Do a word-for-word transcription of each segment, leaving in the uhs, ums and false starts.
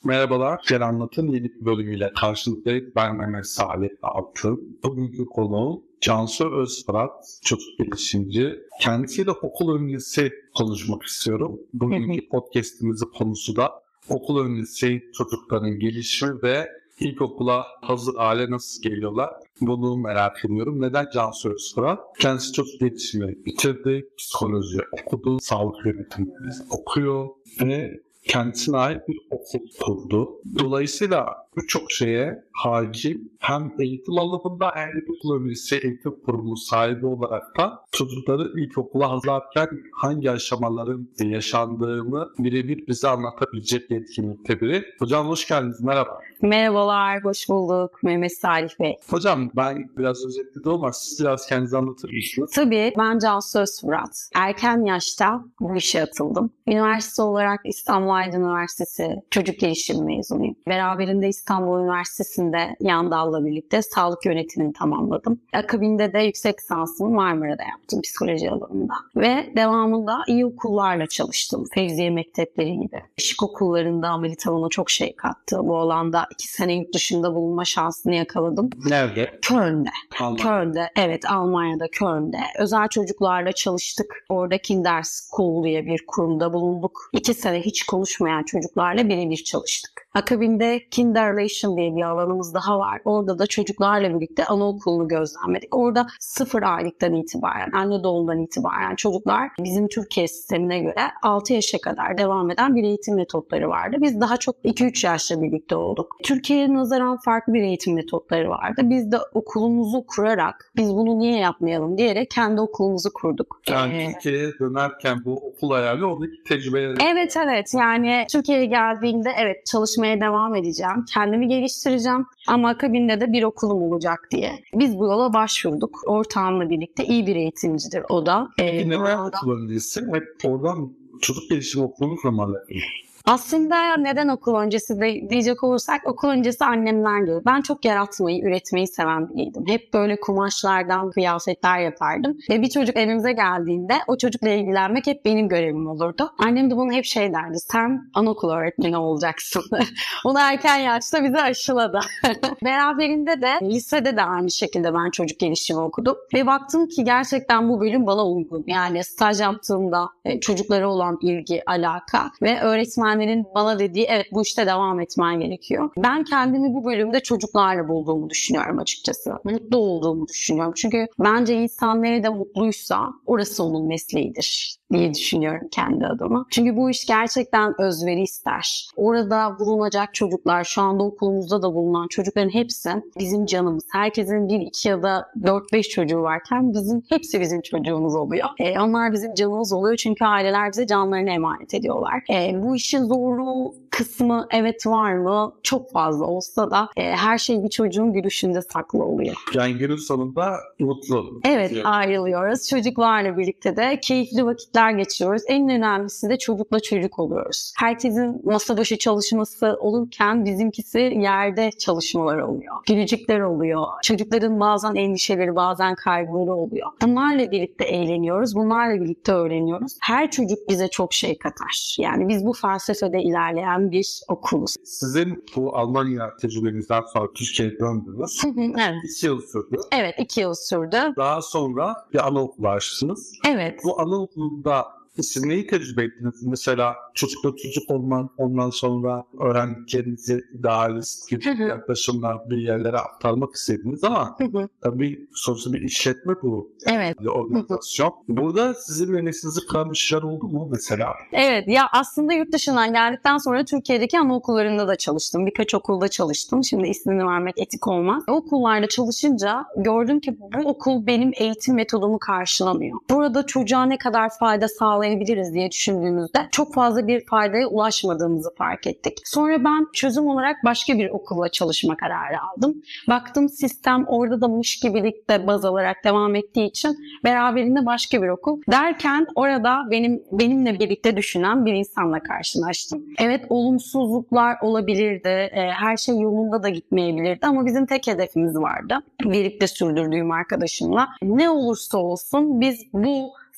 Merhabalar, Gel Anlat'ın yeni bir bölümüyle karşınızdayım. Ben Mehmet Salih Altın. Bugünkü konuğum Cansu Özfırat, çocuk gelişimci. Kendisiyle okul öncesi konuşmak istiyorum. Bugünkü podcast'imizin konusu da okul öncesi çocukların gelişimi ve ilkokula hazır hale nasıl geliyorlar? Bunu merak ediyorum. Neden Cansu Özfırat? Kendisi çocuk gelişimi bitirdi, psikoloji okudu, sağlık yönetimi okuyor ve kendisine ait bir okul kurdu. Dolayısıyla birçok şeye hakim, hem eğitim alanında hem de okul öncesi eğitim kurumu sahibi olarak da çocukları ilkokula hazırlarken hangi aşamaların yaşandığını birebir bize anlatabilecek yetkinlikte biri. Hocam hoş geldiniz, merhaba. Merhabalar, hoş bulduk Mehmet Salih Bey. Hocam ben biraz özetledim ama siz biraz kendinizi anlatır mısınız? Tabii, ben Cansu Özfırat. Erken yaşta bu işe atıldım. Üniversite olarak İstanbul Aydın Üniversitesi Çocuk Gelişim mezunuyum. Beraberinde İstanbul Üniversitesi'nde yan dalla birlikte sağlık yönetimini tamamladım. Akabinde de yüksek lisansımı Marmara'da yaptım psikoloji alanında. Ve devamında iyi okullarla çalıştım. Fevziye mektepleri gibi. Şık okullarında Amerit Hanım'a çok şey kattı. Bu alanda iki sene yurt dışında bulunma şansını yakaladım. Nerede? Köln'de. Almanya. Köln'de, evet Almanya'da Köln'de. Özel çocuklarla çalıştık. Orada Kinder School diye bir kurumda bulunduk. İki sene hiç konuşmayan çocuklarla birebir çalıştık. Akabinde Kinderlation diye bir alanımız daha var. Orada da çocuklarla birlikte anaokulunu gözlemledik. Orada sıfır aylıktan itibaren, anne doğumdan itibaren çocuklar bizim Türkiye sistemine göre altı yaşa kadar devam eden bir eğitim metotları vardı. Biz daha çok iki üç yaşla birlikte olduk. Türkiye'ye nazaran farklı bir eğitim metotları vardı. Biz de okulumuzu kurarak biz bunu niye yapmayalım diyerek kendi okulumuzu kurduk. Yani Ee, Türkiye'ye dönerken bu okul hayali oradaki tecrübeleri... Evet evet yani Türkiye'ye geldiğimde evet çalışmaya devam edeceğim. Kendimi geliştireceğim ama akabinde de bir okulum olacak diye. Biz bu yola başvurduk. Ortağımla birlikte iyi bir eğitimcidir o da. Peki Ee, neden okul öncesi? Hep oradan çocuk gelişimi okulunu kurmalı. Aslında neden okul öncesi de diyecek olursak okul öncesi annemden geliyor. Ben çok yaratmayı, üretmeyi seven biriydim. Hep böyle kumaşlardan kıyafetler yapardım. Ve bir çocuk evimize geldiğinde o çocukla ilgilenmek hep benim görevim olurdu. Annem de bana hep şey derdi. Sen anaokulu öğretmeni olacaksın. Onu erken yaşta bize aşıladı. Beraberinde de lisede de aynı şekilde ben çocuk gelişimi okudum. Ve baktım ki gerçekten bu bölüm bana uygun. Yani staj yaptığımda çocuklara olan ilgi, alaka ve öğretmen bana dediği evet bu işte devam etmen gerekiyor. Ben kendimi bu bölümde çocuklarla bulduğumu düşünüyorum açıkçası. Mutlu olduğumu düşünüyorum. Çünkü bence insan nerede mutluysa orası onun mesleğidir diye düşünüyorum kendi adıma. Çünkü bu iş gerçekten özveri ister. Orada bulunacak çocuklar, şu anda okulumuzda da bulunan çocukların hepsi bizim canımız. Herkesin bir, iki ya da dört, beş çocuğu varken bizim hepsi bizim çocuğumuz oluyor. E, onlar bizim canımız oluyor çünkü aileler bize canlarını emanet ediyorlar. E, bu işin zorluğu kısmı evet var mı? Çok fazla olsa da e, her şey bir çocuğun gülüşünde saklı oluyor. Yani günün sonunda mutlu. Evet, ayrılıyoruz. Çocuklarla birlikte de keyifli vakitler geçiriyoruz. En önemlisi de çocukla çocuk oluyoruz. Herkesin masa başı çalışması olurken bizimkisi yerde çalışmalar oluyor. Gülücükler oluyor. Çocukların bazen endişeleri, bazen kaygıları oluyor. Bunlarla birlikte eğleniyoruz. Bunlarla birlikte öğreniyoruz. Her çocuk bize çok şey katar. Yani biz bu felsefede ilerleyen bir okuluz. Sizin bu Almanya tecrübenizden sonra Türkiye'ye döndünüz. Evet. İki yıl sürdü. Evet, iki yıl sürdü. Daha sonra bir anaokulu açtınız. Evet. Bu anaokulunda siz neyi tecrübe ettiniz? Mesela çocukla çocuk olman, ondan sonra öğrendiklerinizi idealist gibi yaklaşımlar bir yerlere aktarmak istediniz ama tabii sonuçta bir işletme bu. Evet. Bir organizasyon. Burada sizin ve neslinizi kıran bir şeyler oldu mu mesela? Evet ya aslında yurt dışından geldikten sonra Türkiye'deki anaokullarında da çalıştım. Birkaç okulda çalıştım. Şimdi ismini vermek etik olmaz. O okullarda çalışınca gördüm ki bu okul benim eğitim metodumu karşılamıyor. Burada çocuğa ne kadar fayda sağlayabiliriz diye düşündüğümüzde çok fazla bir faydaya ulaşmadığımızı fark ettik. Sonra ben çözüm olarak başka bir okulla çalışma kararı aldım. Baktım sistem orada da mış gibilikte baz alarak devam ettiği için beraberinde başka bir okul. Derken orada benim benimle birlikte düşünen bir insanla karşılaştım. Evet olumsuzluklar olabilirdi. Her şey yolunda da gitmeyebilirdi ama bizim tek hedefimiz vardı. Birlikte sürdürdüğüm arkadaşımla. Ne olursa olsun biz bu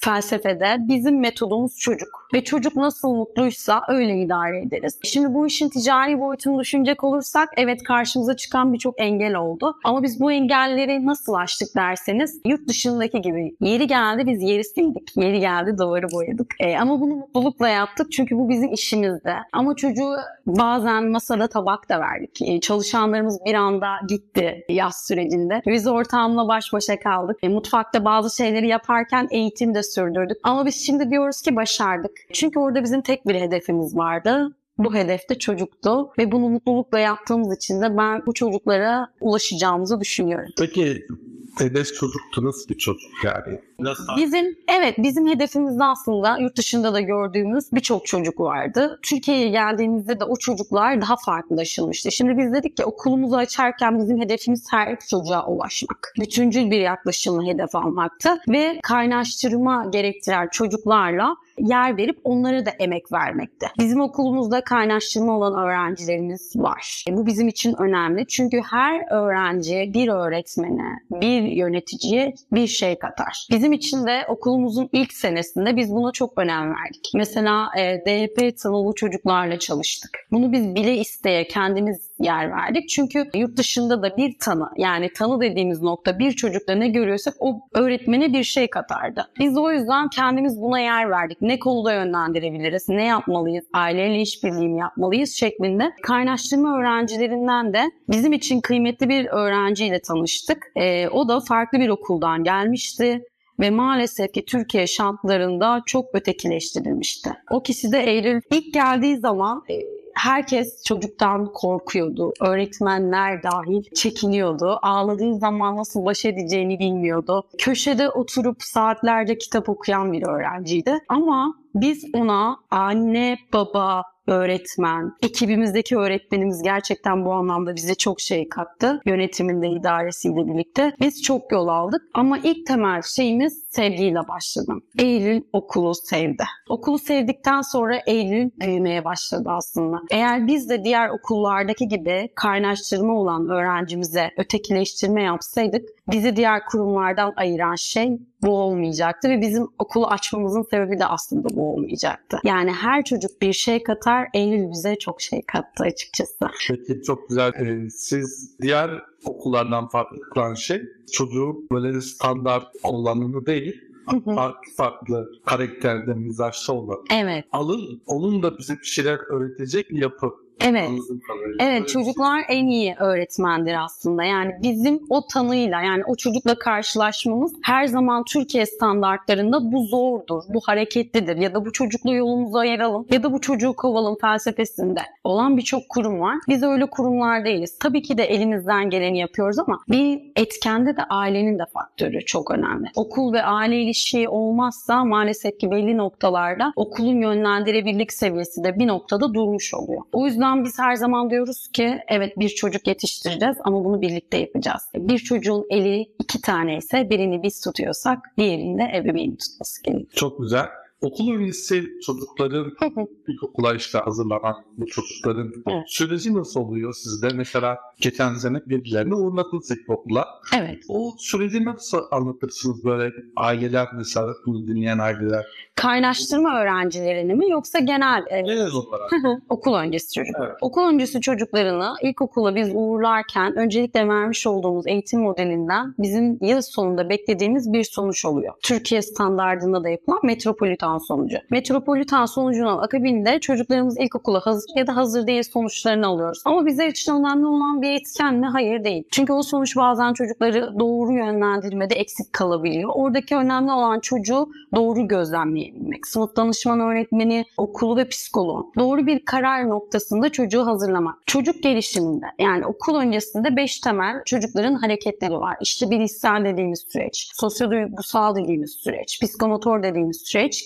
felsefede bizim metodumuz çocuk. Ve çocuk nasıl mutluysa öyle idare ederiz. Şimdi bu işin ticari boyutunu düşünecek olursak evet karşımıza çıkan birçok engel oldu. Ama biz bu engelleri nasıl aştık derseniz yurt dışındaki gibi yeri geldi biz yeri sildik. Yeri geldi duvarı boyadık. E, ama bunu mutlulukla yaptık çünkü bu bizim işimizde. Ama çocuğu bazen masada tabak da verdik. E, çalışanlarımız bir anda gitti yaz sürecinde. Biz ortamla baş başa kaldık. E, mutfakta bazı şeyleri yaparken eğitim de sürdürdük. Ama biz şimdi diyoruz ki başardık. Çünkü orada bizim tek bir hedefimiz vardı. Bu hedef de çocuktu ve bunu mutlulukla yaptığımız için de ben bu çocuklara ulaşacağımızı düşünüyorum. Peki hedef çocuktu, nasıl bir çocuk yani? Nasıl? Bizim evet bizim hedefimizde aslında yurt dışında da gördüğümüz birçok çocuk vardı. Türkiye'ye geldiğimizde de o çocuklar daha farklılaşılmıştı. Şimdi biz dedik ki okulumuzu açarken bizim hedefimiz her çocuğa ulaşmak. Bütüncül bir yaklaşımla hedef almaktı ve kaynaştırma gerektiren çocuklarla yer verip onlara da emek vermekte. Bizim okulumuzda kaynaştırma olan öğrencilerimiz var. Bu bizim için önemli. Çünkü her öğrenciye, bir öğretmene, bir yöneticiye bir şey katar. Bizim için de okulumuzun ilk senesinde biz buna çok önem verdik. Mesela e, D H P tanılı çocuklarla çalıştık. Bunu biz bile isteye kendimiz yer verdik. Çünkü yurt dışında da bir tanı, yani tanı dediğimiz nokta bir çocukta ne görüyorsak o öğretmene bir şey katardı. Biz o yüzden kendimiz buna yer verdik. Ne konuda yönlendirebiliriz, ne yapmalıyız, aileyle işbirliği mi yapmalıyız şeklinde. Kaynaştırma öğrencilerinden de bizim için kıymetli bir öğrenciyle tanıştık. Ee, o da farklı bir okuldan gelmişti. Ve maalesef ki Türkiye şartlarında çok ötekileştirilmişti. O kişi de Eylül ilk geldiği zaman e, herkes çocuktan korkuyordu. Öğretmenler dahil çekiniyordu. Ağladığı zaman nasıl baş edeceğini bilmiyordu. Köşede oturup saatlerce kitap okuyan bir öğrenciydi. Ama biz ona anne, baba, öğretmen, ekibimizdeki öğretmenimiz gerçekten bu anlamda bize çok şey kattı. Yönetiminde, idaresiyle birlikte. Biz çok yol aldık ama ilk temel şeyimiz sevgiyle başladı. Eylül okulu sevdi. Okulu sevdikten sonra Eylül büyümeye başladı aslında. Eğer biz de diğer okullardaki gibi kaynaştırma olan öğrencimize ötekileştirme yapsaydık, bizi diğer kurumlardan ayıran şey bu olmayacaktı ve bizim okulu açmamızın sebebi de aslında bu olmayacaktı. Yani her çocuk bir şey katar, Eylül bize çok şey kattı açıkçası. Peki çok güzel. Ee, siz diğer okullardan farklı kılan şey çocuğun böyle standart olanını değil, farklı farklı karakterde, mizaçta olan. Evet. Alın, onun da bize bir şeyler öğretecek yapı. Evet. Evet, çocuklar en iyi öğretmendir aslında. Yani bizim o tanıyla, yani o çocukla karşılaşmamız her zaman Türkiye standartlarında bu zordur, bu hareketlidir ya da bu çocukla yolumuzu ayıralım ya da bu çocuğu kovalım felsefesinde olan birçok kurum var. Biz öyle kurumlar değiliz. Tabii ki de elimizden geleni yapıyoruz ama bir etkende de ailenin de faktörü çok önemli. Okul ve aile ilişkiği olmazsa maalesef ki belli noktalarda okulun yönlendirebilirlik seviyesi de bir noktada durmuş oluyor. O yüzden biz her zaman diyoruz ki evet bir çocuk yetiştireceğiz ama bunu birlikte yapacağız. Bir çocuğun eli iki tane ise birini biz tutuyorsak diğerini de ebeveyni tutması gerekiyor. Çok güzel. Okul öncesi çocukların ilkokula işte hazırlanan bu çocukların Evet. süreci nasıl oluyor sizde? Mesela geçen sene birbirlerine uğurladınız ilkokula. Evet. O süreci nasıl anlatırsınız böyle aileler mesela bunu dinleyen aileler? Kaynaştırma öğrencilerini mi yoksa genel e, Genel olarak. okul öncesi çocuk. Evet. Okul öncesi çocuklarını ilkokula biz uğurlarken öncelikle vermiş olduğumuz eğitim modelinden bizim yıl sonunda beklediğimiz bir sonuç oluyor. Türkiye standardında da yapılan metropolitan sonucu. Metropolitan sonucunun akabinde çocuklarımız ilkokula hazır ya da hazır değil sonuçlarını alıyoruz. Ama bize için önemli olan bir etken mi? Hayır değil. Çünkü o sonuç bazen çocukları doğru yönlendirmede eksik kalabiliyor. Oradaki önemli olan çocuğu doğru gözlemleyebilmek. Sınıf danışman öğretmeni, okulu ve psikoloğu. Doğru bir karar noktasında çocuğu hazırlamak. Çocuk gelişiminde yani okul öncesinde beş temel çocukların hareketleri var. İşte bilişsel dediğimiz süreç, sosyoduygusal dediğimiz süreç, psikomotor dediğimiz süreç gibi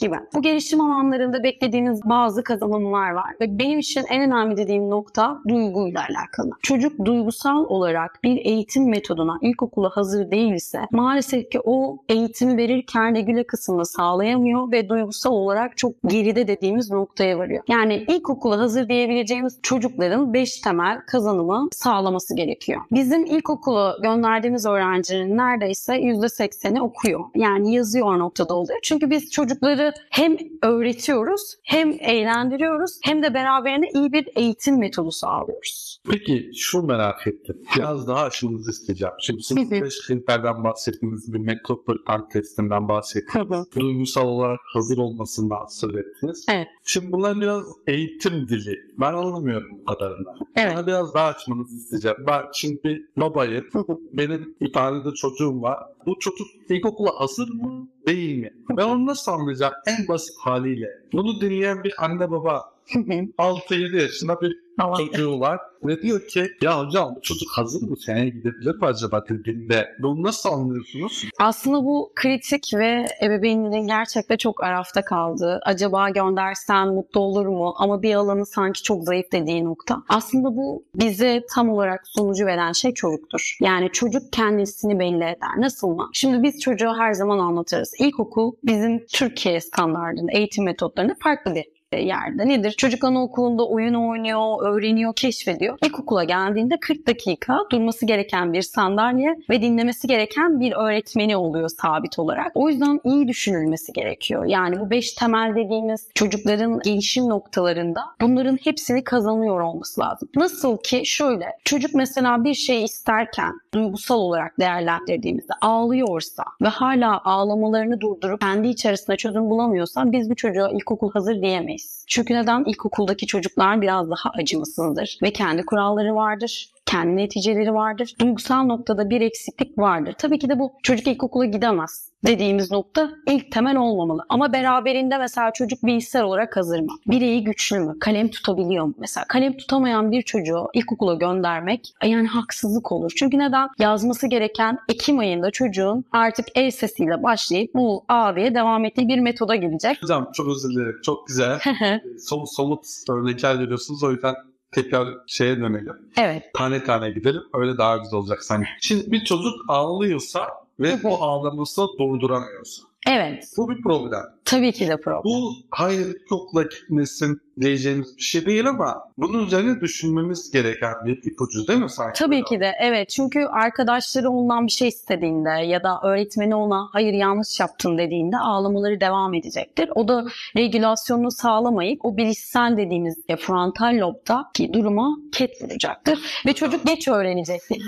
gibi. Bu gelişim alanlarında beklediğiniz bazı kazanımlar var ve benim için en önemli dediğim nokta duyguyla alakalı. Çocuk duygusal olarak bir eğitim metoduna ilkokula hazır değilse maalesef ki o eğitimi verirken regüle kısmını sağlayamıyor ve duygusal olarak çok geride dediğimiz noktaya varıyor. Yani ilkokula hazır diyebileceğimiz çocukların beş temel kazanımı sağlaması gerekiyor. Bizim ilkokula gönderdiğimiz öğrencinin neredeyse yüzde sekseni okuyor. Yani yazıyor noktada oluyor. Çünkü biz çocukları hem öğretiyoruz, hem eğlendiriyoruz, hem de beraberinde iyi bir eğitim metodu sağlıyoruz. Peki şu merak ettim. Biraz daha aşınızı isteyeceğim. Şimdi siz beş kriterden bahsettiniz. Bir Metropolitan testinden bahsettiniz. Duygusal olarak hazır olmasından söz ettiniz. Evet. Şimdi bunlar biraz eğitim dili. Ben anlamıyorum bu kadarını. Evet. Bana biraz daha açmanızı isteyeceğim. Ben şimdi bir babayım. Benim bir tane de çocuğum var. Bu çocuk ilkokula hazır mı? Değil mi? Ben onu nasıl anlayacağım? En basit haliyle. Bunu dinleyen bir anne baba altı yedi yaşında bir çocuğu var ve diyor ki ya hocam bu çocuk hazır mı? Seneye gidebilir mi acaba dediğinde? Bunu nasıl anlıyorsunuz? Aslında bu kritik ve ebeveynlerin gerçekten çok arafta kaldığı, acaba göndersen mutlu olur mu ama bir alanı sanki çok zayıf dediği nokta. Aslında bu bize tam olarak sonucu veren şey çocuktur. Yani çocuk kendisini belli eder. Nasıl mı? Şimdi biz çocuğa her zaman anlatırız. İlkokul bizim Türkiye standartında eğitim metotlarında farklı bir yerde. Nedir? Çocuk anaokulunda oyun oynuyor, öğreniyor, keşfediyor. İlkokula geldiğinde kırk dakika durması gereken bir sandalye ve dinlemesi gereken bir öğretmeni oluyor sabit olarak. O yüzden iyi düşünülmesi gerekiyor. Yani bu beş temel dediğimiz çocukların gelişim noktalarında bunların hepsini kazanıyor olması lazım. Nasıl ki şöyle, çocuk mesela bir şey isterken duygusal olarak değerlendirdiğimizde ağlıyorsa ve hala ağlamalarını durdurup kendi içerisinde çözüm bulamıyorsa biz bu çocuğa ilkokul hazır diyemeyiz. Çünkü neden? İlkokuldaki çocuklar biraz daha acımasızdır ve kendi kuralları vardır. Kendi neticeleri vardır. Duygusal noktada bir eksiklik vardır. Tabii ki de bu çocuk ilkokula gidemez dediğimiz nokta ilk temel olmamalı. Ama beraberinde mesela çocuk bilgisayar olarak hazır mı? Bireyi güçlü mü? Kalem tutabiliyor mu? Mesela kalem tutamayan bir çocuğu ilkokula göndermek yani haksızlık olur. Çünkü neden? Yazması gereken Ekim ayında çocuğun artık el sesiyle başlayıp bu A'ya devam ettiği bir metoda girecek. Hocam çok özür dilerim. Çok güzel. somut, somut örnekler veriyorsunuz. O yüzden tekrar şeye dönelim. Evet. Tane tane gidelim. Öyle daha güzel olacak sanki. Şimdi bir çocuk ağlıyorsa ve bu ağlamasını durduramıyorsa. Evet. Bu bir problem. Tabii ki de problem. Bu hayır yokla gitmesin diyeceğimiz bir şey değil ama bunun üzerine düşünmemiz gereken bir ipucu değil mi sanki? Tabii ki de evet. Çünkü arkadaşları ondan bir şey istediğinde ya da öğretmeni ona hayır yanlış yaptın dediğinde ağlamaları devam edecektir. O da regülasyonunu sağlamayıp o bilişsel dediğimiz ya, frontal lobdaki duruma ket vuracaktır. Ve çocuk geç öğrenecektir.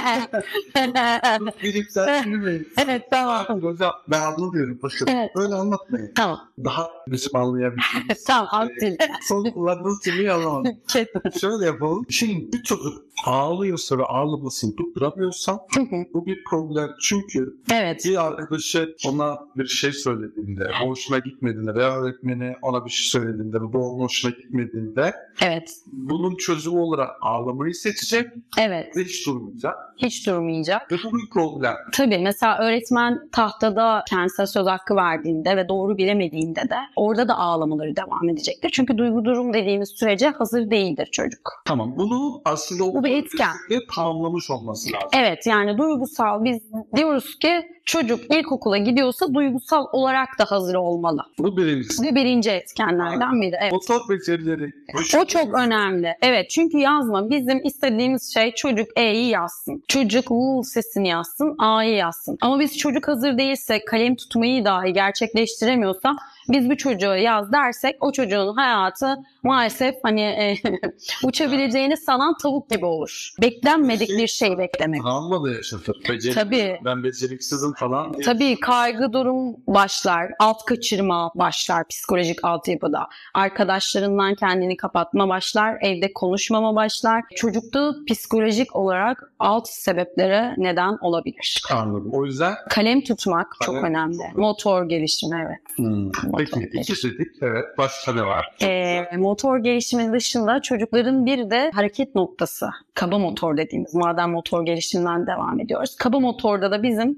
Bilimsel mi? Evet tamam. Hocam ben anlamıyorum. Bakın Evet. böyle anlatmayın. Tamam. Daha bizim anlayabildiğimiz. Tamam Abdül. Son kullandığınız kelimeyi anlamadım. Şöyle yapalım. Şimdi bir çocuk ağlıyorsa ve ağlamasını durduramıyorsa bu bir problem. Çünkü Evet. bir arkadaşı ona bir şey söylediğinde, o hoşuna gitmediğinde veya öğretmeni ona bir şey söylediğinde ve bu onun hoşuna gitmediğinde Evet. bunun çözümü olarak ağlamayı seçecek Evet. ve hiç durmayacak. Hiç durmayacak. Ve bu bir problem. Tabii mesela öğretmen tahtada kendisine söz hakkı verdiğinde ve doğru bilemediğinde de orada da ağlamaları devam edecektir. Çünkü duygu durum dediğimiz sürece hazır değildir çocuk. Tamam. Bunu aslında o Bu bir etken. tamamlamış olması lazım. Evet yani duygusal biz diyoruz ki çocuk ilkokula gidiyorsa duygusal olarak da hazır olmalı. Bu birincisi. Bu birinci etkenlerden biri. Evet. Motor becerileri. O çok önemli. Evet çünkü yazma bizim istediğimiz şey çocuk E'yi yazsın. Çocuk U sesini yazsın, A'yı yazsın. Ama biz çocuk hazır değilse kalem tutmayı dahi gerçekleştiremiyorsa biz bu çocuğa yaz dersek o çocuğun hayatı maalesef hani e, uçabileceğini sanan tavuk gibi olur. Beklenmedik bir şey beklemek. Travma da yaşatır. Beceri, Tabii. Ben beceriksizim falan. Tabii kaygı durum başlar, alt kaçırma başlar psikolojik altyapıda. Arkadaşlarından kendini kapatma başlar, evde konuşmama başlar. Çocukta psikolojik olarak alt sebeplere neden olabilir. Anladım. O yüzden Kalem tutmak çok Kalem önemli. çok- Motor gelişimi evet. hmm. Motor Peki gelişimi. iki dedik. Evet. Başka ne var? Ee, motor gelişimi dışında çocukların bir de hareket noktası. Kaba motor dediğimiz madem motor gelişiminden devam ediyoruz. Kaba motorda da bizim çocukların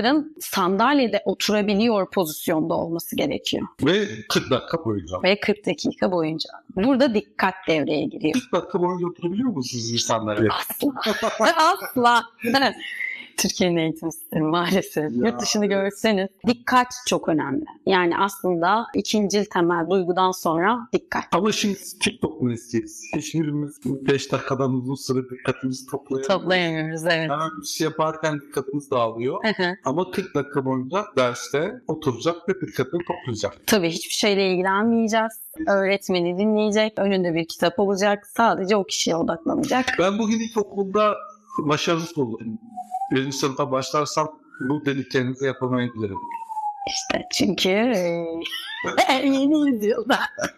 çocukların sandalyede oturabiliyor pozisyonda olması gerekiyor. Ve kırk dakika boyunca. Ve kırk dakika boyunca. Burada dikkat devreye giriyor. kırk dakika boyunca oturabiliyor musunuz bir sandalyede? Asla. Asla. Türkiye'nin eğitim sistemi maalesef. Ya. Yurt dışını görseniz dikkat çok önemli. Yani aslında ikincil temel duygudan sonra dikkat. Ama şimdi TikTok nesliyiz. Hiçbirimiz beş dakikadan uzun süre dikkatimizi toplayamıyoruz. Toplayamıyoruz, evet. Hemen bir şey yaparken dikkatimiz dağılıyor. Ama kırk dakika boyunca derste oturacak ve dikkatini toplayacak. Tabii hiçbir şeyle ilgilenmeyeceğiz. Öğretmeni dinleyecek. Önünde bir kitap olacak. Sadece o kişiye odaklanacak. Ben bugün ilkokulda başarısız oldum. Birinci sınıfa başlarsam bu dediklerinizi yapamayabilirim. İşte çünkü yeni yüzyılda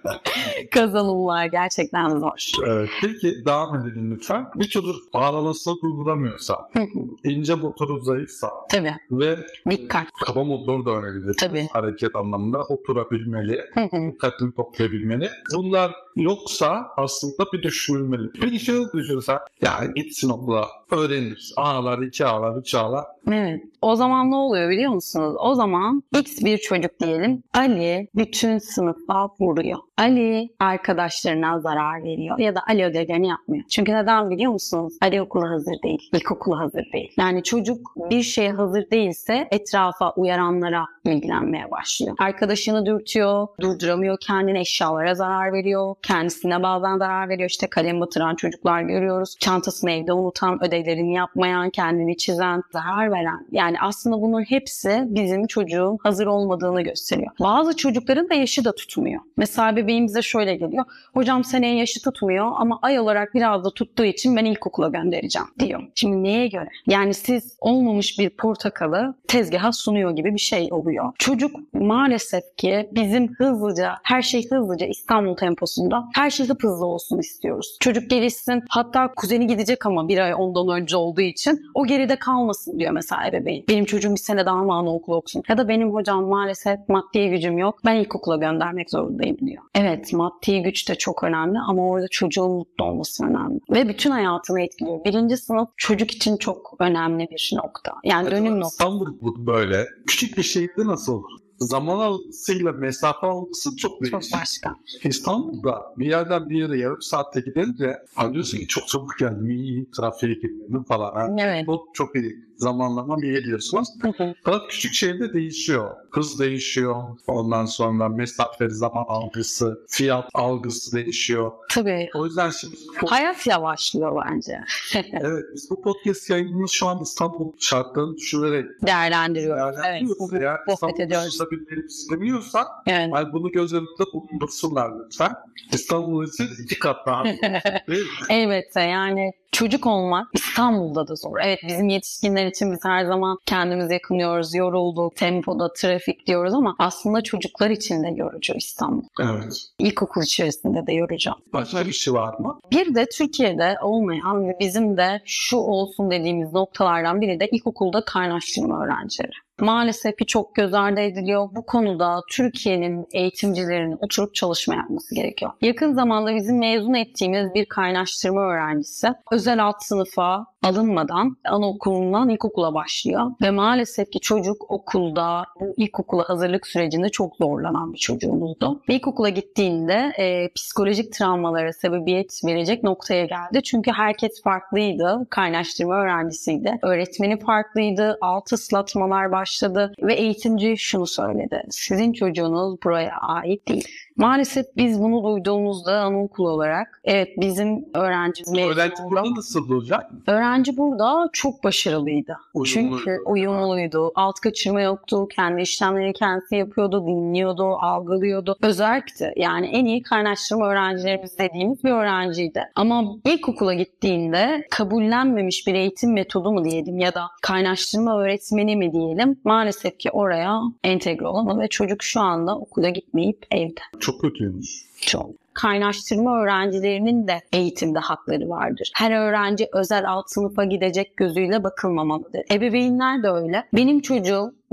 kazanımlar gerçekten zor. Evet. Peki devam edelim lütfen. Bir çocuk bağlamasını uygulamıyorsa, ince motoru zayıfsa Tabii. ve Dikkat. kaba motoru da önemlidir. Tabii. Hareket anlamında oturabilmeli, dikkatini toplayabilmeli. Bunlar yoksa aslında bir düşünülmeli. Peki şöyle düşünürsen, ya gitsin okula, öğrenir. Ağlar, iki ağlar, üç ağlar. Evet. O zaman ne oluyor biliyor musunuz? O zaman X bir çocuk diyelim. Ali bütün sınıfa vuruyor. Ali arkadaşlarına zarar veriyor. Ya da Ali ödevlerini yapmıyor. Çünkü neden biliyor musunuz? Ali okula hazır değil. İlkokula hazır değil. Yani çocuk bir şeye hazır değilse etrafa uyaranlara ilgilenmeye başlıyor. Arkadaşını dürtüyor. Durduramıyor kendini. Eşyalara zarar veriyor. Kendisine bazen zarar veriyor. İşte kalem batıran çocuklar görüyoruz. Çantasını evde unutan, ödevlerini yapmayan, kendini çizen, zarar veren. Yani aslında bunun hepsi bizim çocuğun hazır olmadığını gösteriyor. Bazı çocukların da yaşı da tutmuyor. Mesela bebeğim bize şöyle geliyor. Hocam seneye yaşı tutmuyor ama ay olarak biraz da tuttuğu için ben ilkokula göndereceğim diyor. Şimdi neye göre? Yani siz olmamış bir portakalı tezgaha sunuyor gibi bir şey oluyor. Çocuk maalesef ki bizim hızlıca, her şey hızlıca İstanbul temposunda her şey hıp hızlı olsun istiyoruz. Çocuk gelişsin, hatta kuzeni gidecek ama bir ay ondan önce olduğu için o geride kalmasın diyor mesela ebeveyn. Benim çocuğum bir sene daha mı anaokulu okusun? Ya da benim hocam maalesef maddi gücüm yok, ben ilkokula göndermek zorundayım diyor. Evet, maddi güç de çok önemli ama orada çocuğun mutlu olması önemli. Ve bütün hayatını etkiliyor. Birinci sınıf çocuk için çok önemli bir nokta. Yani dönüm noktası. İstanbul böyle. Küçük bir şehirde nasıl olur? Zaman algısıyla mesafe algısı çok değişik. Çok başka. İstanbul'da bir yerden bir yere yarım saatte gidince diyorsun ki çok çabuk geldim, iyi trafiğe girmedim falan. Ha? Evet. Bu çok iyi. Zamanlama bir geliyorsunuz. Fakat küçük şehirde değişiyor. Hız değişiyor. Ondan sonra mesafe, zaman algısı, fiyat algısı değişiyor. Tabii. O yüzden şimdi... Hayat yavaşlıyor bence. Evet. Biz bu podcast yayınını şu an İstanbul şartlarını düşünerek Değerlendiriyoruz. Evet. Yani Sohbet ediyoruz. İstanbul'da birileri istemiyorsan Evet. yani bunu göz önünde bulundursunlar lütfen. İstanbul için iki kat daha. Değil mi? Elbette yani çocuk olmak İstanbul'da da zor. Evet, bizim yetişkinler için biz her zaman kendimizi yakınıyoruz, yorulduk, tempoda, trafik diyoruz ama aslında çocuklar için de yorucu İstanbul. Evet. İlkokul içerisinde de yorucu. Başka bir şey var mı? Bir de Türkiye'de olmayan ve bizim de şu olsun dediğimiz noktalardan biri de ilkokulda kaynaştırma öğrencileri. Maalesef ki çok göz ardı ediliyor. Bu konuda Türkiye'nin eğitimcilerinin oturup çalışma yapması gerekiyor. Yakın zamanda bizim mezun ettiğimiz bir kaynaştırma öğrencisi özel alt sınıfa alınmadan anaokulundan ilkokula başlıyor. Ve maalesef ki çocuk okulda bu ilkokula hazırlık sürecinde çok zorlanan bir çocuğumuzdu. Ve ilkokula gittiğinde e, psikolojik travmalara sebebiyet verecek noktaya geldi. Çünkü herkes farklıydı. Kaynaştırma öğrencisiydi. Öğretmeni farklıydı. Alt ıslatmalar başladı. Ve eğitimci şunu söyledi. Sizin çocuğunuz buraya ait değil. Maalesef biz bunu duyduğumuzda anaokulu olarak evet bizim öğrencimiz Öğrenci burada nasıl olacak? Öğrenci burada çok başarılıydı. Uyumluydu. Çünkü uyumluydu. Alt kaçırma yoktu. Kendi işlemleri kendisi yapıyordu, dinliyordu, algılıyordu. Özerkti. Yani en iyi kaynaştırma öğrencilerimiz dediğimiz bir öğrenciydi. Ama ilkokula gittiğinde kabullenmemiş bir eğitim metodu mu diyelim ya da kaynaştırma öğretmeni mi diyelim maalesef ki oraya entegre olamadı ve çocuk şu anda okula gitmeyip evde. Çok kötüymüş. Çok. Kaynaştırma öğrencilerinin de eğitimde hakları vardır. Her öğrenci özel alt sınıfa gidecek gözüyle bakılmamalıdır. Ebeveynler de öyle. Benim çocuğum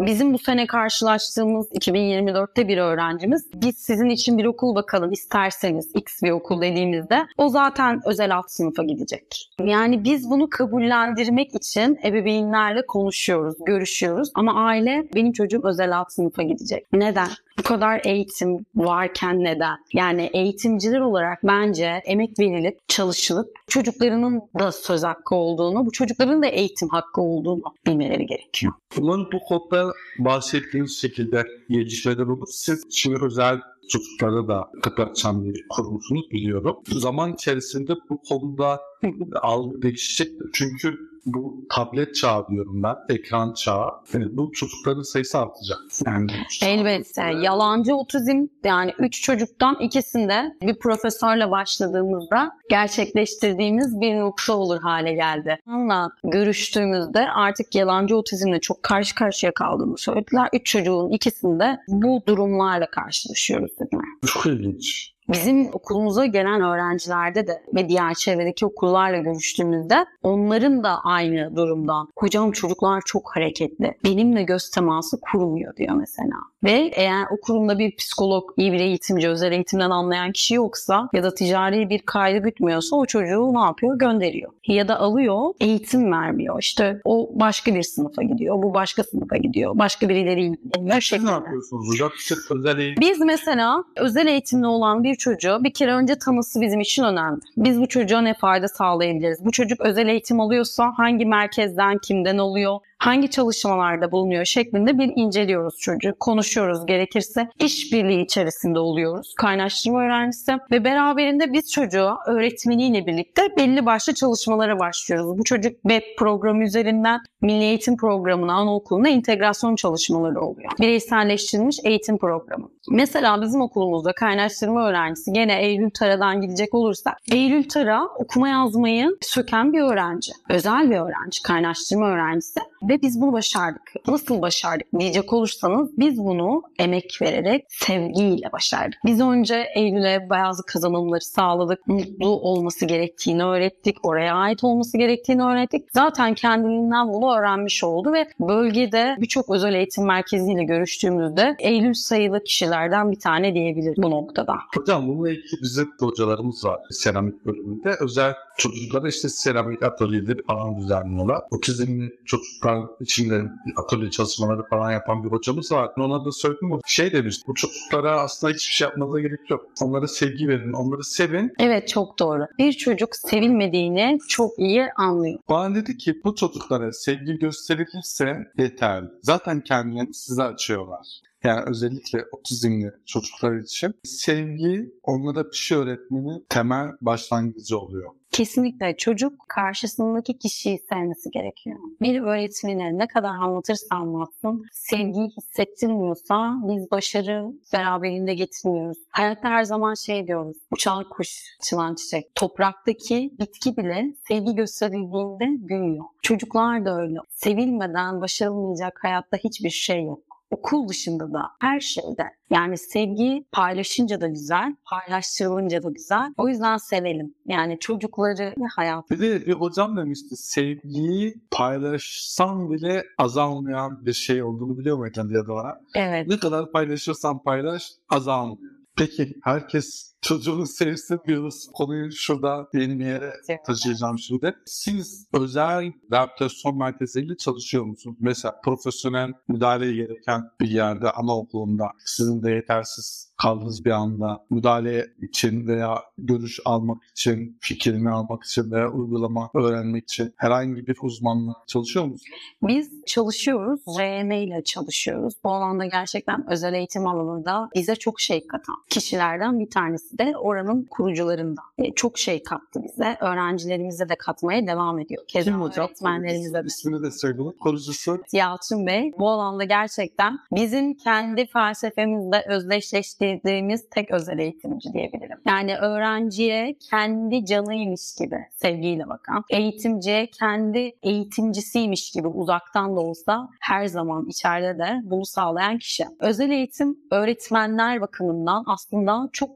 bizim bu sene karşılaştığımız iki bin yirmi dörtte bir öğrencimiz, biz sizin için bir okul bakalım isterseniz X bir okul dediğimizde o zaten özel alt sınıfa gidecek. Yani biz bunu kabullendirmek için ebeveynlerle konuşuyoruz, görüşüyoruz ama aile benim çocuğum özel alt sınıfa gidecek. Neden? Bu kadar eğitim varken neden? Yani eğitimciler olarak bence emek verilip, çalışılıp çocuklarının da söz hakkı olduğunu, bu çocukların da eğitim hakkı olduğunu bilmeleri gerekiyor. Umarım bu konuda bahsettiğiniz şekilde gelişmeler olur. Siz şimdi özel çocuklara da kapı açan bir kurumsunuz biliyorum. Zaman içerisinde bu konuda algı değişecektir. Çünkü bu tablet çağı diyorum ben, ekran çağı. Yani bu çocukların sayısı artacak. Yani Elbette. Yalancı otizm, yani üç çocuktan ikisinde bir profesörle başladığımızda gerçekleştirdiğimiz bir nokta olur hale geldi. Onunla görüştüğümüzde artık yalancı otizmle çok karşı karşıya kaldığını söylediler. Üç çocuğun ikisinde bu durumlarla karşılaşıyoruz dediler. Çok ilginç. Bizim okulumuza gelen öğrencilerde de ve diğer çevredeki okullarla görüştüğümüzde onların da aynı durumdan. Hocam çocuklar çok hareketli. Benimle göz teması kurmuyor diyor mesela. Ve eğer o kurumda bir psikolog, iyi bir eğitimci, özel eğitimden anlayan kişi yoksa ya da ticari bir kaydı gütmüyorsa o çocuğu ne yapıyor? Gönderiyor. Ya da alıyor, eğitim vermiyor. İşte o başka bir sınıfa gidiyor, bu başka sınıfa gidiyor. Başka birileri ilgileniyor. Siz ne yapıyorsunuz hocam? Siz özel eğitim... Biz mesela özel eğitimli olan bir çocuğu bir kere önce tanısı bizim için önemli. Biz bu çocuğa ne fayda sağlayabiliriz? Bu çocuk özel eğitim alıyorsa hangi merkezden, kimden alıyor? Hangi çalışmalarda bulunuyor şeklinde bir inceliyoruz çocuğu. Konuşuyoruz, gerekirse işbirliği içerisinde oluyoruz. Kaynaştırma öğrencisi ve beraberinde biz çocuğa öğretmeniyle birlikte belli başlı çalışmalara başlıyoruz. Bu çocuk web programı üzerinden Milli Eğitim Programı'na, anaokuluna entegrasyon çalışmaları oluyor. Bireyselleştirilmiş eğitim programı. Mesela bizim okulumuzda kaynaştırma öğrencisi, gene Eylül Tara'dan gidecek olursak, Eylül Tara okuma yazmayı söken bir öğrenci. Özel bir öğrenci, kaynaştırma öğrencisi. Ve biz bunu başardık. Nasıl başardık diyecek olursanız biz bunu emek vererek, sevgiyle başardık. Biz önce Eylül'e bazı kazanımları sağladık. Mutlu olması gerektiğini öğrettik. Oraya ait olması gerektiğini öğrettik. Zaten kendiliğinden bunu öğrenmiş oldu ve bölgede birçok özel eğitim merkeziyle görüştüğümüzde Eylül sayılı kişilerden bir tane diyebiliriz bu noktada. Hocam bununla ilgili bizim hocalarımız var seramik bölümünde. Özel çocuklara işte seramik atölyeleri falan düzenliyorlar. Otizmli çocuklar içinde atölye çalışmaları falan yapan bir hocamız var. Ona da söyledim, o şey demiş, bu çocuklara aslında hiçbir şey yapmanıza gerek yok. Onlara sevgi verin, onları sevin. Evet, çok doğru. Bir çocuk sevilmediğini çok iyi anlıyor. Bana dedi ki bu çocuklara sevgi gösterilirse yeterli. Zaten kendilerini size açıyorlar. Yani özellikle otizmli çocuklar için sevgi onlara bir şey öğretmenin temel başlangıcı oluyor. Kesinlikle çocuk karşısındaki kişiyi sevmesi gerekiyor. Bir öğretmene ne kadar anlatırsa anlatsın, sevgiyi hissettirmiyorsa biz başarı beraberinde getirmiyoruz. Hayatta her zaman şey diyoruz, uçan kuş, açılan çiçek. Topraktaki bitki bile sevgi gösterildiğinde büyüyor. Çocuklar da öyle. Sevilmeden başarılmayacak hayatta hiçbir şey yok. Okul dışında da her şeyde. Yani sevgi paylaşınca da güzel, paylaştırılınca da güzel. O yüzden sevelim. Yani çocukları ve hayatı. Bir de bir hocam demişti, sevgiyi paylaşsan bile azalmayan bir şey olduğunu biliyor muydun diye bana. Evet. Ne kadar paylaşırsan paylaş azalmıyor. Peki herkes çocuğunu sevsin diyoruz. Konuyu şurada yeni bir yere taşıyacağım şimdi. Siz özel rehabilitasyon merkeziyle çalışıyor musunuz? Mesela profesyonel müdahale gereken bir yerde, anaokulunda sizin de yetersiz kaldığınız bir anda müdahale için veya görüş almak için, fikrini almak için veya uygulama öğrenmek için herhangi bir uzmanla çalışıyor musunuz? Biz çalışıyoruz. R M ile çalışıyoruz. Bu alanda gerçekten özel eğitim alanında bize çok şey katan kişilerden bir tanesi de oranın kurucularından. E, çok şey kattı bize. Öğrencilerimize de katmaya devam ediyor. Keza Kim hocam? öğretmenlerimize de. İsmini de söyleyin. Kurucusu. Yalçın Bey bu alanda gerçekten bizim kendi felsefemizde özdeşleştirdiğimiz tek özel eğitimci diyebilirim. Yani öğrenciye kendi canıymış gibi sevgiyle bakan, eğitimciye kendi eğitimcisiymiş gibi uzaktan da olsa her zaman içeride de bunu sağlayan kişi. Özel eğitim öğretmenler bakımından aslında çok korkulan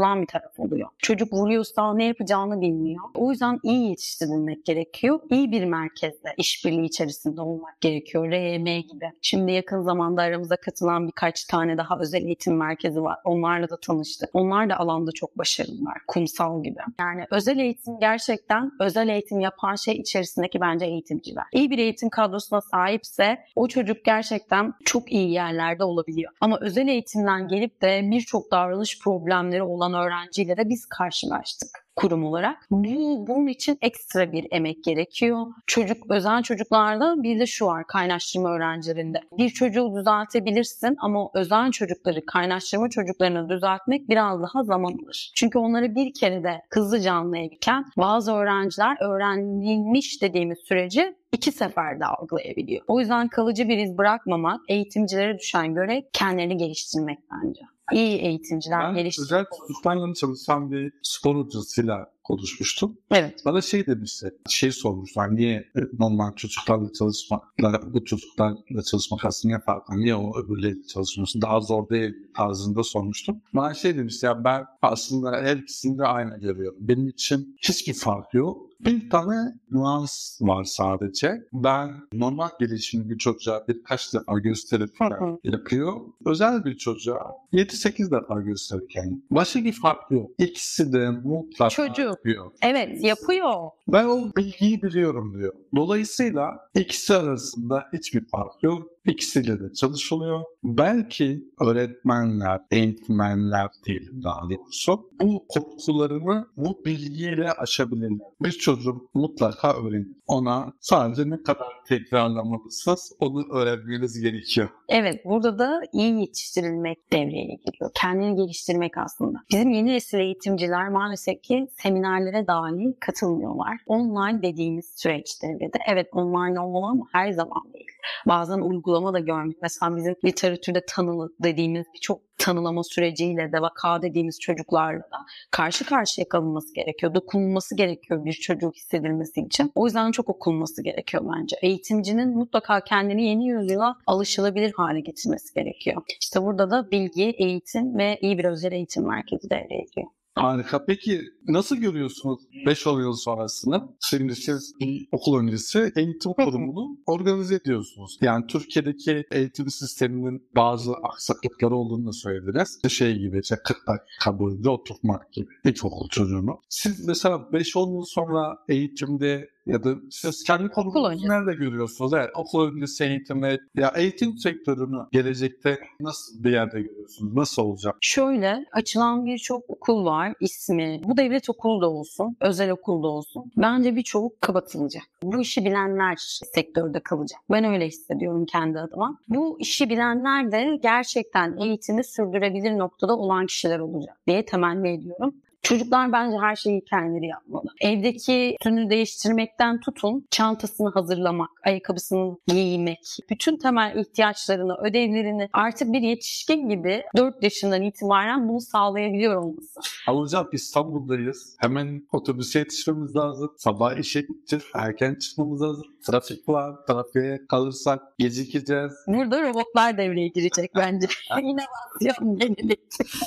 katılan bir taraf oluyor. Çocuk vuruyorsa ne yapacağını bilmiyor. O yüzden iyi yetiştirilmek gerekiyor. İyi bir merkezde işbirliği içerisinde olmak gerekiyor. R Y M gibi. Şimdi yakın zamanda aramıza katılan birkaç tane daha özel eğitim merkezi var. Onlarla da tanıştık. Onlar da alanda çok başarılılar. Kumsal gibi. Yani özel eğitim gerçekten özel eğitim yapan şey içerisindeki bence eğitimciler. İyi bir eğitim kadrosuna sahipse o çocuk gerçekten çok iyi yerlerde olabiliyor. Ama özel eğitimden gelip de birçok davranış problemleri olan öğrenciyle de biz karşılaştık kurum olarak. Bu, bunun için ekstra bir emek gerekiyor. Çocuk, özel çocuklarda bir de şu var kaynaştırma öğrencilerinde. Bir çocuğu düzeltebilirsin ama özel çocukları, kaynaştırma çocuklarını düzeltmek biraz daha zaman alır. Çünkü onları bir kere de hızlıca anlayabilen bazı öğrenciler öğrenilmiş dediğimiz süreci iki seferde algılayabiliyor. O yüzden kalıcı bir iz bırakmamak, eğitimcilere düşen görev kendilerini geliştirmek bence. İyi eğitimciler Ben geliştirmek. özel çocuklarla çalışan bir spor hocasıyla konuşmuştum. Evet. Bana şey demişti, şey sormuşlar, niye normal çocuklarla çalışmakla bu çocuklarla çalışmak aslında ne farklı, niye o öbürleriyle çalışmıyorsun, daha zor değil tarzında sormuştum. Bana şey demişti, ya ben aslında her ikisini de aynı görüyorum. Benim için hiçbir fark yok. Bir tane nüans var sadece. Ben normal gelişimli bir çocuğa birkaç defa gösterip yapıyor. Özel bir çocuğa yedi sekiz defa gösterirken başka bir fark yok. İkisi de mutlaka Çocuk. yapıyor. Evet, yapıyor. Ben o bilgiyi biliyorum diyor. Dolayısıyla ikisi arasında hiçbir fark yok. İkisiyle de çalışılıyor. Belki öğretmenler, eğitmenler diyelim daha doğrusu bu korkularını bu bilgiyle aşabilirler. Bir çocuk mutlaka öğrenir. Ona sadece ne kadar tekrarlamalısınız onu öğrenmeniz gerekiyor. Evet, burada da iyi yetiştirilmek devreye giriyor. Kendini geliştirmek aslında. Bizim yeni nesil eğitimciler maalesef ki seminerlere dahi katılmıyorlar. Online dediğimiz süreç devrede. Evet, online olmalı ama her zaman değil. Bazen uygulama da görmek. Mesela bizim literatürde tanılı dediğimiz birçok tanılama süreciyle de vaka dediğimiz çocuklarla da karşı karşıya kalınması gerekiyor. Dokunulması gerekiyor bir çocuğu hissedilmesi için. O yüzden çok okunması gerekiyor bence. Eğitimcinin mutlaka kendini yeni yüzyıla alışılabilir hale getirmesi gerekiyor. İşte burada da bilgi, eğitim ve iyi bir özel eğitim merkezi devreye giriyor. Harika. Peki nasıl görüyorsunuz beş on yıl sonrasını? Şimdi siz bir okul öncesi eğitim kurumunu organize ediyorsunuz. Yani Türkiye'deki eğitim sisteminin bazı aksaklıkları olduğunu da söylediniz. Şey gibi, işte kırk dakika boyunca oturtmak gibi ilkokul çocuğunu. Siz mesela beş on yıl sonra eğitimde ya da siz kendi konumunuzu nerede görüyorsunuz? Evet, okul öncesi eğitimi ya eğitim sektörünü gelecekte nasıl bir yerde görüyorsunuz? Nasıl olacak? Şöyle, açılan birçok okul var. İsmi, bu devlet okulu da olsun, özel okul da olsun. Bence birçoğu kapatılacak. Bu işi bilenler sektörde kalacak. Ben öyle hissediyorum kendi adıma. Bu işi bilenler de gerçekten eğitimi sürdürebilir noktada olan kişiler olacak diye temenni ediyorum. Çocuklar bence her şeyi kendileri yapmalı. Evdeki üstünü değiştirmekten tutun, çantasını hazırlamak, ayakkabısını giymek, bütün temel ihtiyaçlarını, ödevlerini artık bir yetişkin gibi dört yaşından itibaren bunu sağlayabiliyor olması. Hocam İstanbul'dayız. Hemen otobüse yetişmemiz lazım. Sabah işe gideceğiz. Erken çıkmamız lazım. Trafik var. Trafiğe kalırsak gecikeceğiz. Burada robotlar devreye girecek bence. İnovasyon yenilik.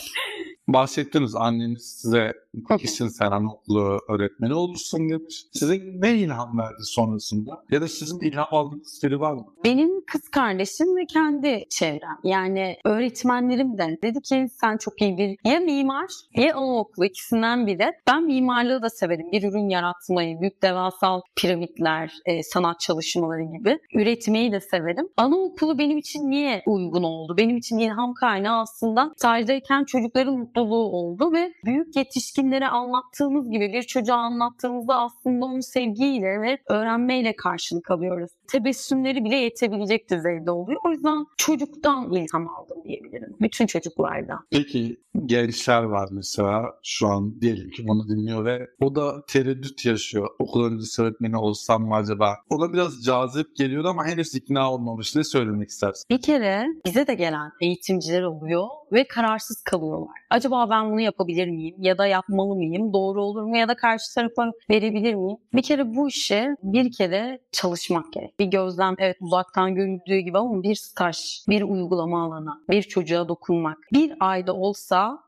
Bahsettiniz, anneniz size kesin sen anaokulu öğretmeni olursun demiş. Size ne ilham verdi sonrasında? Ya da sizin ilham aldığınız biri var mı? Benim kız kardeşim ve kendi çevrem. Yani öğretmenlerim de dedi ki sen çok iyi bir ya mimar ya anaokulu ikisinden biri. Ben mimarlığı da severim. Bir ürün yaratmayı, büyük devasal piramitler, e, sanat çalışmaları gibi üretmeyi de severim. Anaokulu benim için niye uygun oldu? Benim için ilham kaynağı aslında sajdayken çocukların mutluluğu oldu ve büyük yetişkinlere anlattığımız gibi bir çocuğa anlattığımızda aslında onu sevgiyle ve öğrenmeyle karşılık alıyoruz. Tebessümleri bile yetebilecek düzeyde oluyor. O yüzden çocuktan ilham aldım diyebilirim. Bütün çocuklardan. Peki gençler var mesela şu an diyelim ki bunu dinliyor ve o da tereddüt yaşıyor. Okul öncesi öğretmeni olsam mı acaba? Ona biraz cazip geliyor ama henüz ikna olmamış. Ne söylemek istersin? Bir kere bize de gelen eğitimciler oluyor ve kararsız kalıyorlar. Acaba ben bunu yapabilir miyim? Ya da yapmalı mıyım? Doğru olur mu? Ya da karşı tarafa verebilir miyim? Bir kere bu işe bir kere çalışmak gerek. Bir gözlem, evet uzaktan görüldüğü gibi ama bir staj, bir uygulama alanı, bir çocuğa dokunmak. Bir ayda olsa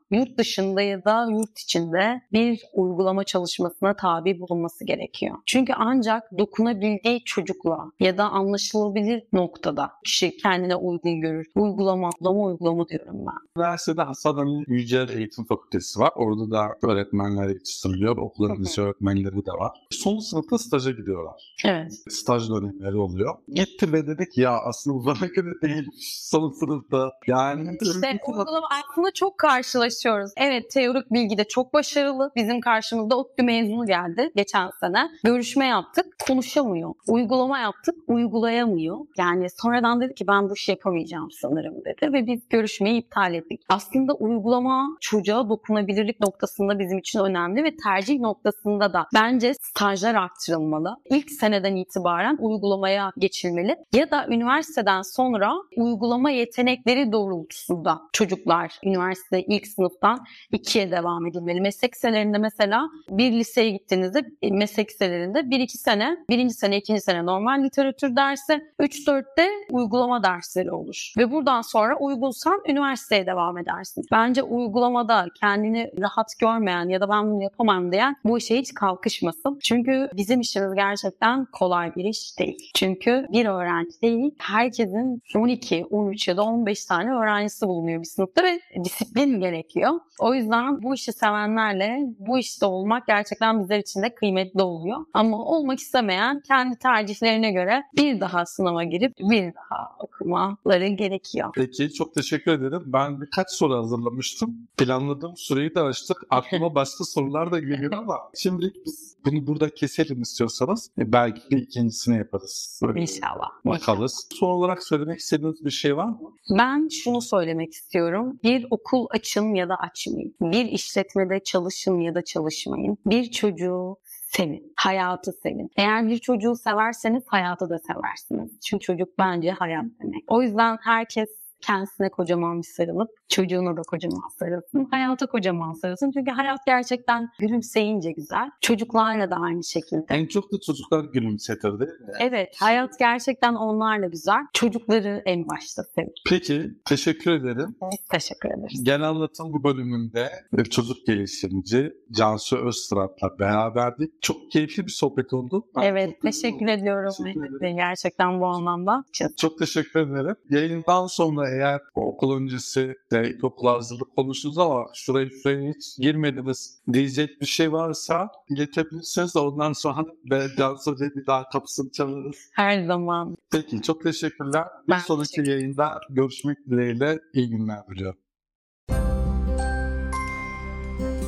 yurt dışında ya da yurt içinde bir uygulama çalışmasına tabi bulunması gerekiyor. Çünkü ancak dokunabildiği çocukla ya da anlaşılabilir noktada kişi kendine uygun görür. Uygulama, uygulama, uygulama diyorum ben. Üniversitede Hasan Ali Yücel Eğitim Fakültesi var. Orada da öğretmenler yetiştiriliyor. Okulların lise öğretmenleri de var. Son sınıfta staja gidiyorlar. Evet. Staj dönemleri oluyor. Gitti ve dedik ya aslında bana göre değilmiş son sınıfta. Yani İşte uygulama aslında çok karşılaşıyoruz. Evet, teorik bilgide çok başarılı. Bizim karşımızda ODTÜ mezunu geldi geçen sene. Görüşme yaptık, konuşamıyor. Uygulama yaptık, uygulayamıyor. Yani sonradan dedi ki ben bu işi yapamayacağım sanırım dedi ve biz görüşmeyi iptal ettik. Aslında uygulama çocuğa dokunabilirlik noktasında bizim için önemli ve tercih noktasında da bence stajlar arttırılmalı. İlk seneden itibaren uygulamaya geçilmeli ya da üniversiteden sonra uygulama yetenekleri doğrultusunda çocuklar üniversite ilk sınıftan ikiye devam edilmeli. Meslek liselerinde mesela bir liseye gittiğinizde meslek liselerinde bir iki sene, birinci sene, ikinci sene normal literatür dersi, üç dörtte uygulama dersleri olur. Ve buradan sonra uygunsan üniversiteye devam edersin. Bence uygulamada kendini rahat görmeyen ya da ben bunu yapamam diyen bu işe hiç kalkışmasın. Çünkü bizim işimiz gerçekten kolay bir iş değil. Çünkü bir öğrenci değil, herkesin on iki, on üç ya da on beş tane öğrencisi bulunuyor bir sınıfta ve disiplin gerekiyor. O yüzden bu işi sevenlerle bu işte olmak gerçekten bizler için de kıymetli oluyor. Ama olmak istemeyen kendi tercihlerine göre bir daha sınava girip bir daha okumaları gerekiyor. Peki çok teşekkür ederim. Ben birkaç soru hazırlamıştım. Planladığım süreyi de açtık. Aklıma başka sorular da geliyor ama şimdilik biz bunu burada keselim istiyorsanız. E, belki bir ikincisini yaparız. Böyle İnşallah. bakarız. Son olarak söylemek istediğiniz bir şey var mı? Ben şunu söylemek istiyorum. Bir okul açın ya da açmayın. Bir işletmede çalışın ya da çalışmayın. Bir çocuğu sevin. Hayatı sevin. Eğer bir çocuğu severseniz hayatı da seversiniz. Çünkü çocuk bence hayat demek. O yüzden herkes kendisine kocaman bir sarılıp çocuğuna da kocaman sarılsın. Hayata kocaman sarılsın. Çünkü hayat gerçekten gülümseyince güzel. Çocuklarla da aynı şekilde. En çok da çocuklar gülümsetir değil mi? Evet, hayat gerçekten onlarla güzel. Çocukları en başta sevin. Peki, teşekkür ederim. Biz teşekkür ederiz. Genel anlatım bu bölümünde çocuk gelişimci Cansu Öztürk'la beraberdik. Çok keyifli bir sohbet oldu. Ben Evet, çok teşekkür ediyorum. Teşekkür ederim. Mehmet Bey. Gerçekten bu anlamda. Çok teşekkür ederim. Yayından sonra eğer okul öncesi de ilkokul hazırlık konuşuruz ama şuraya şuraya hiç girmediniz diyecek bir şey varsa iletebilirsiniz. Ondan sonra ben Cansu diye bir daha kapısını çalarız. Her zaman. Peki çok teşekkürler. Bir Ben sonraki teşekkür yayında görüşmek dileğiyle iyi günler diliyorum.